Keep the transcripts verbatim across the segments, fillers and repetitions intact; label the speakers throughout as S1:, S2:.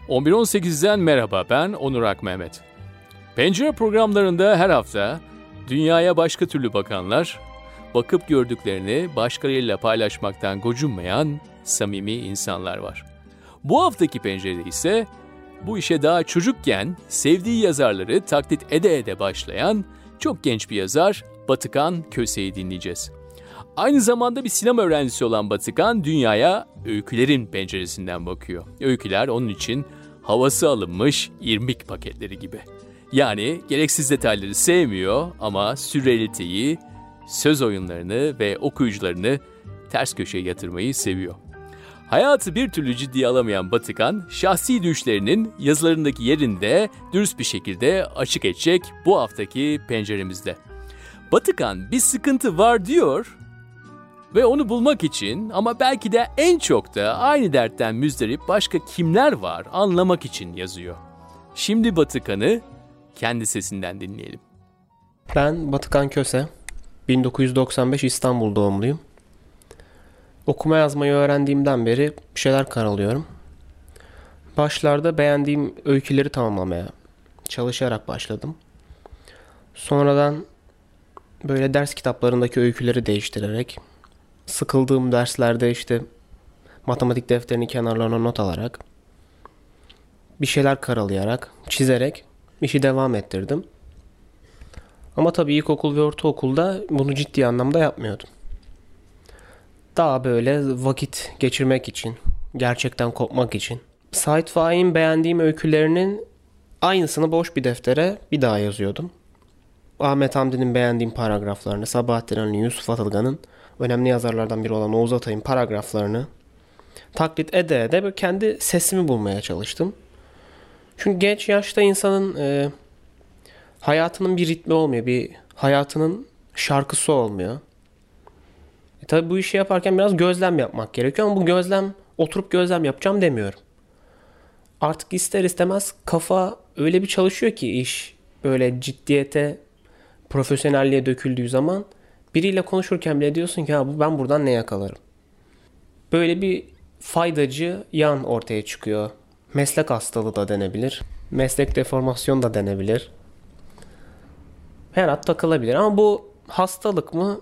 S1: on bir on sekizden merhaba, ben Onur Akmehmet. Pencere programlarında her hafta dünyaya başka türlü bakanlar, bakıp gördüklerini başkalarıyla paylaşmaktan gocunmayan samimi insanlar var. Bu haftaki pencerede ise bu işe daha çocukken sevdiği yazarları taklit ede ede başlayan çok genç bir yazar Batıkan Köse'yi dinleyeceğiz. Aynı zamanda bir sinema öğrencisi olan Batıkan dünyaya öykülerin penceresinden bakıyor. Öyküler onun için havası alınmış irmik paketleri gibi. Yani gereksiz detayları sevmiyor ama sürrealiteyi, söz oyunlarını ve okuyucularını ters köşeye yatırmayı seviyor. Hayatı bir türlü ciddiye alamayan Batıkan, şahsi düşlerinin yazılarındaki yerinde dürüst bir şekilde açık edecek bu haftaki penceremizde. Batıkan bir sıkıntı var diyor ve onu bulmak için ama belki de en çok da aynı dertten müzdarip başka kimler var anlamak için yazıyor. Şimdi Batıkan'ı kendi sesinden dinleyelim.
S2: Ben Batıkan Köse, bin dokuz yüz doksan beş İstanbul doğumluyum. Okuma yazmayı öğrendiğimden beri bir şeyler karalıyorum. Başlarda beğendiğim öyküleri tamamlamaya çalışarak başladım. Sonradan böyle ders kitaplarındaki öyküleri değiştirerek, sıkıldığım derslerde işte matematik defterinin kenarlarına not alarak, bir şeyler karalayarak, çizerek işi devam ettirdim. Ama tabii ilkokul ve ortaokulda bunu ciddi anlamda yapmıyordum. Daha böyle vakit geçirmek için, gerçekten kopmak için. Sait Faik'in beğendiğim öykülerinin aynısını boş bir deftere bir daha yazıyordum. Ahmet Hamdi'nin beğendiğim paragraflarını, Sabahattin Ali'nin, Yusuf Atılgan'ın önemli yazarlardan biri olan Oğuz Atay'ın paragraflarını taklit ede ede böyle kendi sesimi bulmaya çalıştım. Çünkü genç yaşta insanın e, hayatının bir ritmi olmuyor, bir hayatının şarkısı olmuyor. E tabii bu işi yaparken biraz gözlem yapmak gerekiyor ama bu gözlem, oturup gözlem yapacağım demiyorum. Artık ister istemez kafa öyle bir çalışıyor ki iş böyle ciddiyete, profesyonelliğe döküldüğü zaman biriyle konuşurken bile diyorsun ki ha, ben buradan ne yakalarım. Böyle bir faydacı yan ortaya çıkıyor. Meslek hastalığı da denebilir. Meslek deformasyon da denebilir. Her an takılabilir ama bu hastalık mı?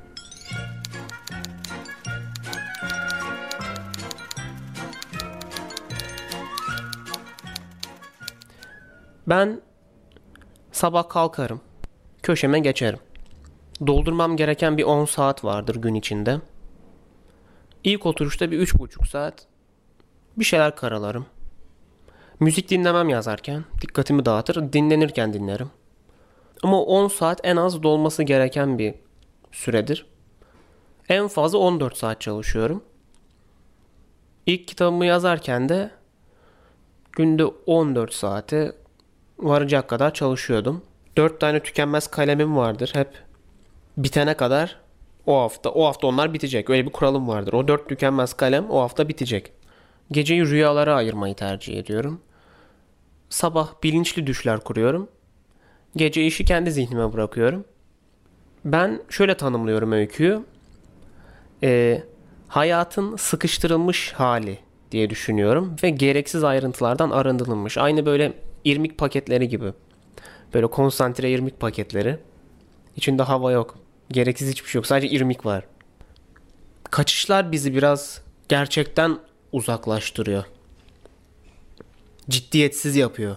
S2: Ben sabah kalkarım, köşeme geçerim. Doldurmam gereken bir on saat vardır gün içinde. İlk oturuşta bir üç buçuk saat bir şeyler karalarım. Müzik dinlemem yazarken, dikkatimi dağıtır, dinlenirken dinlerim. Ama on saat en az dolması gereken bir süredir. En fazla on dört saat çalışıyorum. İlk kitabımı yazarken de günde on dört saate varacak kadar çalışıyordum. dört tane tükenmez kalemim vardır. Hep bitene kadar o hafta, o hafta onlar bitecek. Öyle bir kuralım vardır. O dört tükenmez kalem o hafta bitecek. Geceyi rüyalara ayırmayı tercih ediyorum. Sabah bilinçli düşler kuruyorum. Gece işi kendi zihnime bırakıyorum. Ben şöyle tanımlıyorum öyküyü. Ee, hayatın sıkıştırılmış hali diye düşünüyorum. Ve gereksiz ayrıntılardan arındırılmış. Aynı böyle irmik paketleri gibi. Böyle konsantre irmik paketleri. İçinde hava yok. Gereksiz hiçbir şey yok. Sadece irmik var. Kaçışlar bizi biraz gerçekten uzaklaştırıyor. Ciddiyetsiz yapıyor.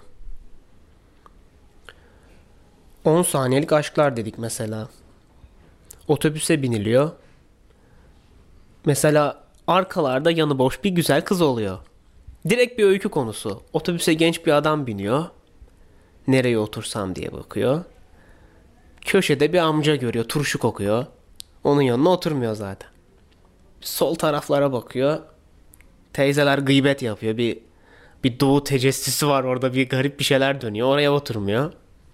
S2: on saniyelik aşklar dedik mesela. Otobüse biniliyor. Mesela arkalarda yanı boş bir güzel kız oluyor. Direkt bir öykü konusu. Otobüse genç bir adam biniyor. Nereye otursam diye bakıyor. Köşede bir amca görüyor. Turşu kokuyor. Onun yanına oturmuyor zaten. Sol taraflara bakıyor. Teyzeler gıybet yapıyor. Bir bir doğu tecessüsü var orada. Bir garip bir şeyler dönüyor. Oraya oturmuyor.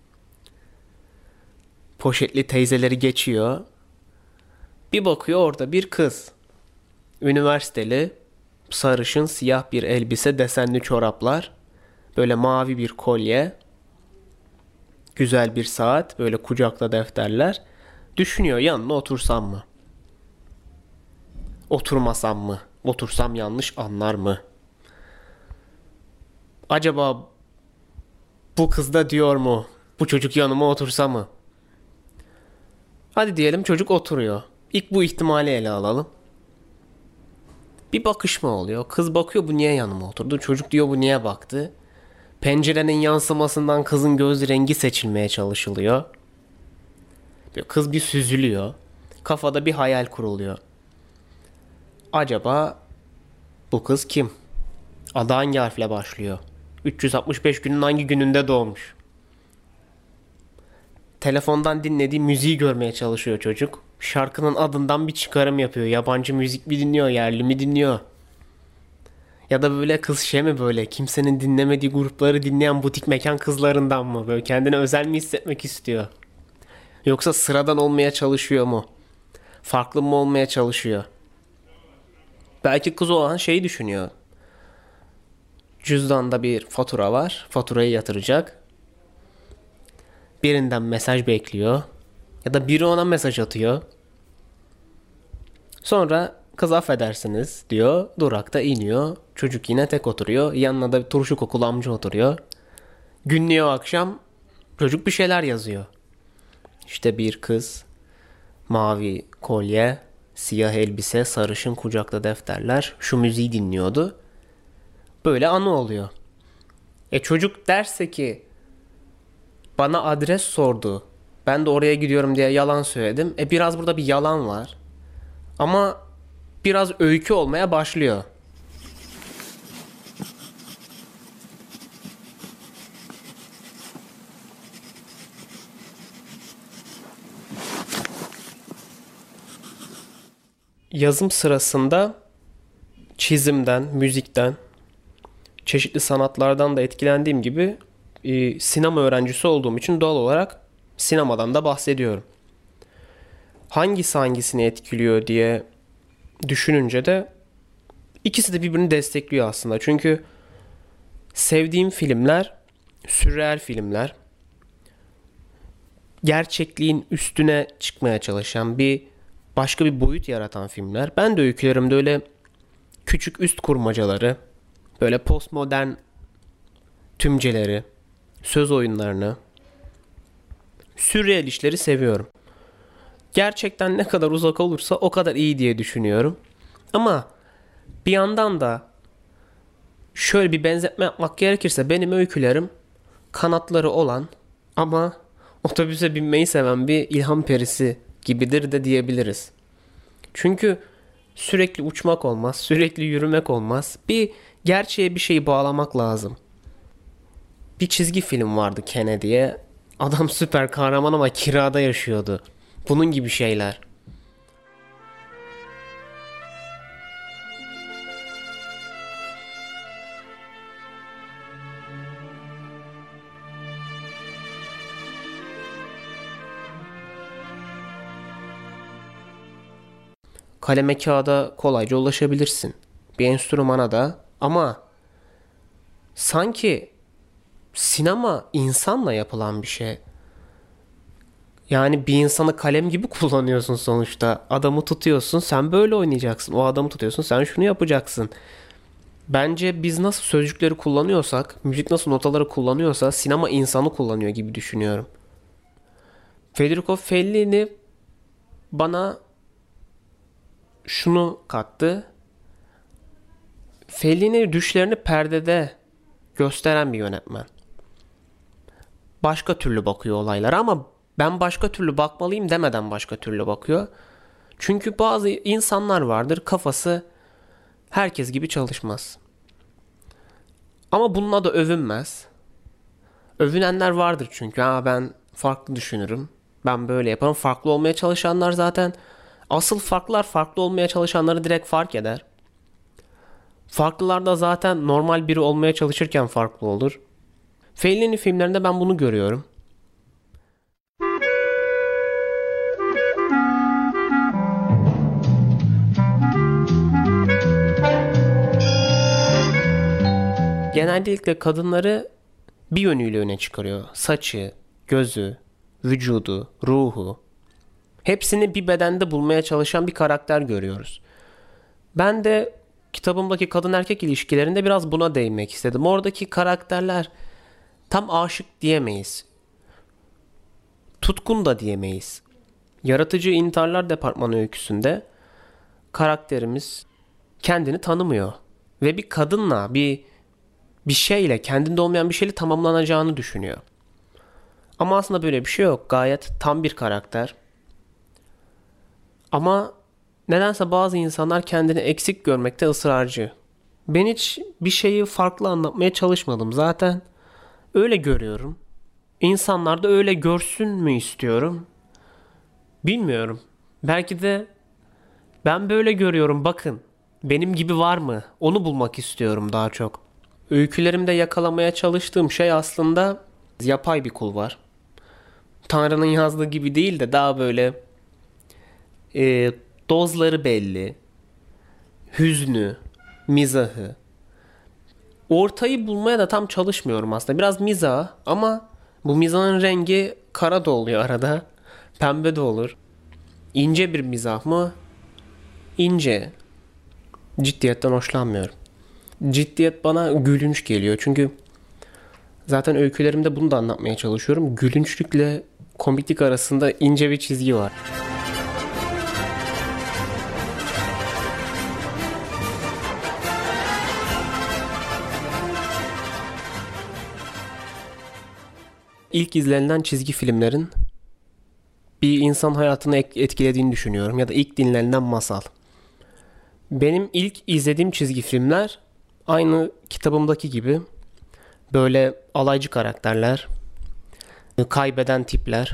S2: Poşetli teyzeleri geçiyor. Bir bakıyor orada bir kız. Üniversiteli, sarışın, siyah bir elbise, desenli çoraplar. Böyle mavi bir kolye. Güzel bir saat. Böyle kucakta defterler. Düşünüyor, yanına otursam mı? Oturmasam mı? Otursam yanlış anlar mı? Acaba bu kız da diyor mu? Bu çocuk yanıma otursa mı? Hadi diyelim çocuk oturuyor. İlk bu ihtimali ele alalım. Bir bakışma oluyor. Kız bakıyor, bu niye yanıma oturdu? Çocuk diyor, bu niye baktı? Pencerenin yansımasından kızın göz rengi seçilmeye çalışılıyor. Kız bir süzülüyor. Kafada bir hayal kuruluyor. Acaba bu kız kim? Adı hangi harfle başlıyor? üç yüz altmış beş günün hangi gününde doğmuş? Telefondan dinlediği müziği görmeye çalışıyor çocuk. Şarkının adından bir çıkarım yapıyor. Yabancı müzik mi dinliyor, yerli mi dinliyor? Ya da böyle kız şey mi, böyle kimsenin dinlemediği grupları dinleyen butik mekan kızlarından mı? Böyle kendine özel mi hissetmek istiyor? Yoksa sıradan olmaya çalışıyor mu? Farklı mı olmaya çalışıyor? Belki kız o an şeyi düşünüyor. Cüzdanda bir fatura var. Faturayı yatıracak. Birinden mesaj bekliyor. Ya da biri ona mesaj atıyor. Sonra kız affedersiniz diyor. Durakta iniyor. Çocuk yine tek oturuyor. Yanına da bir turşu kokulu amca oturuyor. Günlüğü akşam çocuk bir şeyler yazıyor. İşte bir kız, mavi kolye, siyah elbise, sarışın, kucakta defterler, şu müziği dinliyordu. Böyle anı oluyor. E çocuk derse ki bana adres sordu, ben de oraya gidiyorum diye yalan söyledim. E biraz burada bir yalan var. Ama biraz öykü olmaya başlıyor. Yazım sırasında çizimden, müzikten, çeşitli sanatlardan da etkilendiğim gibi e, sinema öğrencisi olduğum için doğal olarak sinemadan da bahsediyorum. Hangisi hangisini etkiliyor diye düşününce de ikisi de birbirini destekliyor aslında. Çünkü sevdiğim filmler sürreel filmler. Gerçekliğin üstüne çıkmaya çalışan, bir başka bir boyut yaratan filmler. Ben de öykülerimde öyle küçük üst kurmacaları, böyle postmodern tümceleri, söz oyunlarını, sürreel işleri seviyorum. Gerçekten ne kadar uzak olursa o kadar iyi diye düşünüyorum. Ama bir yandan da şöyle bir benzetme yapmak gerekirse benim öykülerim kanatları olan ama otobüse binmeyi seven bir ilham perisi gibidir de diyebiliriz. Çünkü sürekli uçmak olmaz, sürekli yürümek olmaz. Bir gerçeğe bir şeyi bağlamak lazım. Bir çizgi film vardı Kennedy'ye. Adam süper kahraman ama kirada yaşıyordu. Bunun gibi şeyler. Kaleme kağıda kolayca ulaşabilirsin. Bir enstrümana da, ama sanki sinema insanla yapılan bir şey. Yani bir insanı kalem gibi kullanıyorsun sonuçta. Adamı tutuyorsun, sen böyle oynayacaksın. O adamı tutuyorsun, sen şunu yapacaksın. Bence biz nasıl sözcükleri kullanıyorsak, müzik nasıl notaları kullanıyorsa sinema insanı kullanıyor gibi düşünüyorum. Federico Fellini bana şunu kattı. Fellini düşlerini perdede gösteren bir yönetmen. Başka türlü bakıyor olaylara ama ben başka türlü bakmalıyım demeden başka türlü bakıyor. Çünkü bazı insanlar vardır, kafası herkes gibi çalışmaz. Ama bununla da övünmez. Övünenler vardır çünkü. Ha, ben farklı düşünürüm. Ben böyle yaparım. Farklı olmaya çalışanlar zaten asıl farklılar farklı olmaya çalışanları direkt fark eder. Farklılar da zaten normal biri olmaya çalışırken farklı olur. Fellini filmlerinde ben bunu görüyorum. Genellikle kadınları bir yönüyle öne çıkarıyor. Saçı, gözü, vücudu, ruhu. Hepsini bir bedende bulmaya çalışan bir karakter görüyoruz. Ben de kitabımdaki kadın erkek ilişkilerinde biraz buna değinmek istedim. Oradaki karakterler tam aşık diyemeyiz. Tutkun da diyemeyiz. Yaratıcı İntiharlar Departmanı öyküsünde karakterimiz kendini tanımıyor. Ve bir kadınla, bir bir şeyle, kendinde olmayan bir şeyle tamamlanacağını düşünüyor. Ama aslında böyle bir şey yok. Gayet tam bir karakter. Ama nedense bazı insanlar kendini eksik görmekte ısrarcı. Ben hiç bir şeyi farklı anlatmaya çalışmadım. Zaten öyle görüyorum. İnsanlar da öyle görsün mü istiyorum? Bilmiyorum. Belki de ben böyle görüyorum, bakın. Benim gibi var mı? Onu bulmak istiyorum daha çok. Öykülerimde yakalamaya çalıştığım şey aslında yapay bir kul var. Tanrı'nın yazdığı gibi değil de daha böyle e, dozları belli. Hüznü, mizahı. Ortayı bulmaya da tam çalışmıyorum aslında. Biraz mizah ama bu mizahın rengi kara da oluyor arada. Pembe de olur. İnce bir mizah mı? İnce. Ciddiyetten hoşlanmıyorum. Ciddiyet bana gülünç geliyor. Çünkü zaten öykülerimde bunu da anlatmaya çalışıyorum. Gülünçlükle komiklik arasında ince bir çizgi var. İlk izlenilen çizgi filmlerin bir insan hayatını etkilediğini düşünüyorum. Ya da ilk dinlenilen masal. Benim ilk izlediğim çizgi filmler aynı kitabımdaki gibi böyle alaycı karakterler, kaybeden tipler,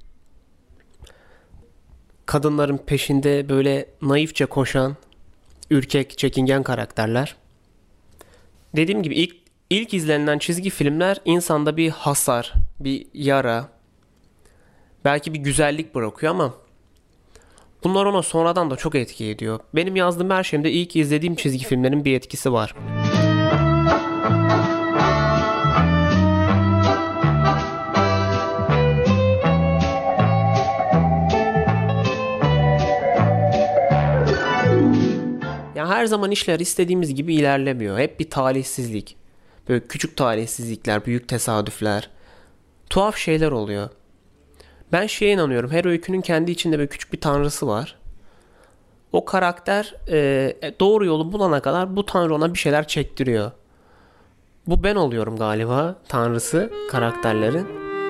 S2: kadınların peşinde böyle naifçe koşan, ürkek, çekingen karakterler. Dediğim gibi ilk ilk izlenilen çizgi filmler insanda bir hasar, bir yara, belki bir güzellik bırakıyor ama bunlar ona sonradan da çok etki ediyor. Benim yazdığım her şeyimde ilk izlediğim çizgi filmlerin bir etkisi var. Ya her zaman işler istediğimiz gibi ilerlemiyor. Hep bir talihsizlik. Böyle küçük talihsizlikler, büyük tesadüfler. Tuhaf şeyler oluyor. Ben şeye inanıyorum. Her öykünün kendi içinde böyle küçük bir tanrısı var. O karakter e, doğru yolu bulana kadar bu tanrı ona bir şeyler çektiriyor. Bu ben oluyorum galiba, tanrısı karakterlerin.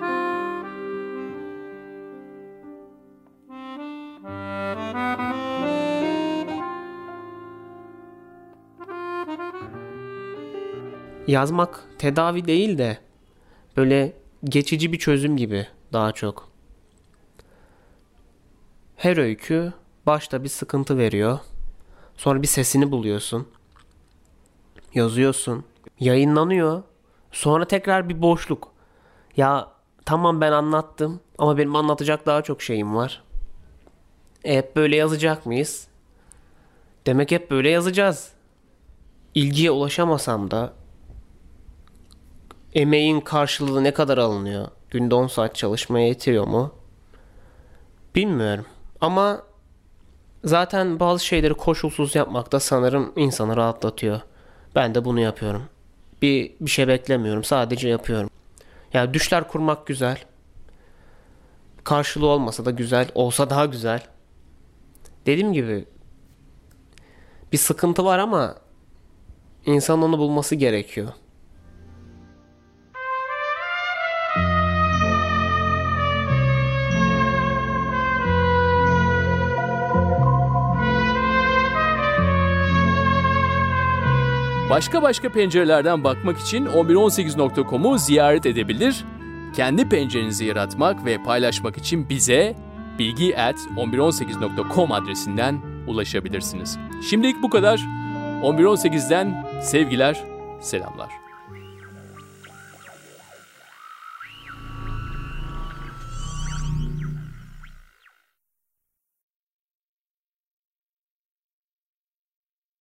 S2: Yazmak tedavi değil de böyle geçici bir çözüm gibi daha çok. Her öykü başta bir sıkıntı veriyor. Sonra bir sesini buluyorsun. Yazıyorsun. Yayınlanıyor. Sonra tekrar bir boşluk. Ya tamam, ben anlattım ama benim anlatacak daha çok şeyim var. E, hep böyle yazacak mıyız? Demek hep böyle yazacağız. İlgiye ulaşamasam da emeğin karşılığı ne kadar alınıyor? Günde on saat çalışmaya yetiyor mu? Bilmiyorum. Ama zaten bazı şeyleri koşulsuz yapmak da sanırım insanı rahatlatıyor. Ben de bunu yapıyorum. Bir, bir şey beklemiyorum. Sadece yapıyorum. Yani düşler kurmak güzel. Karşılığı olmasa da güzel. Olsa daha güzel. Dediğim gibi bir sıkıntı var ama insan onu bulması gerekiyor.
S1: Başka başka pencerelerden bakmak için on bir on sekiz nokta com'u ziyaret edebilir, kendi pencerenizi yaratmak ve paylaşmak için bize bilgi at on bir on sekiz nokta com adresinden ulaşabilirsiniz. Şimdilik bu kadar. on bir on sekizden sevgiler, selamlar.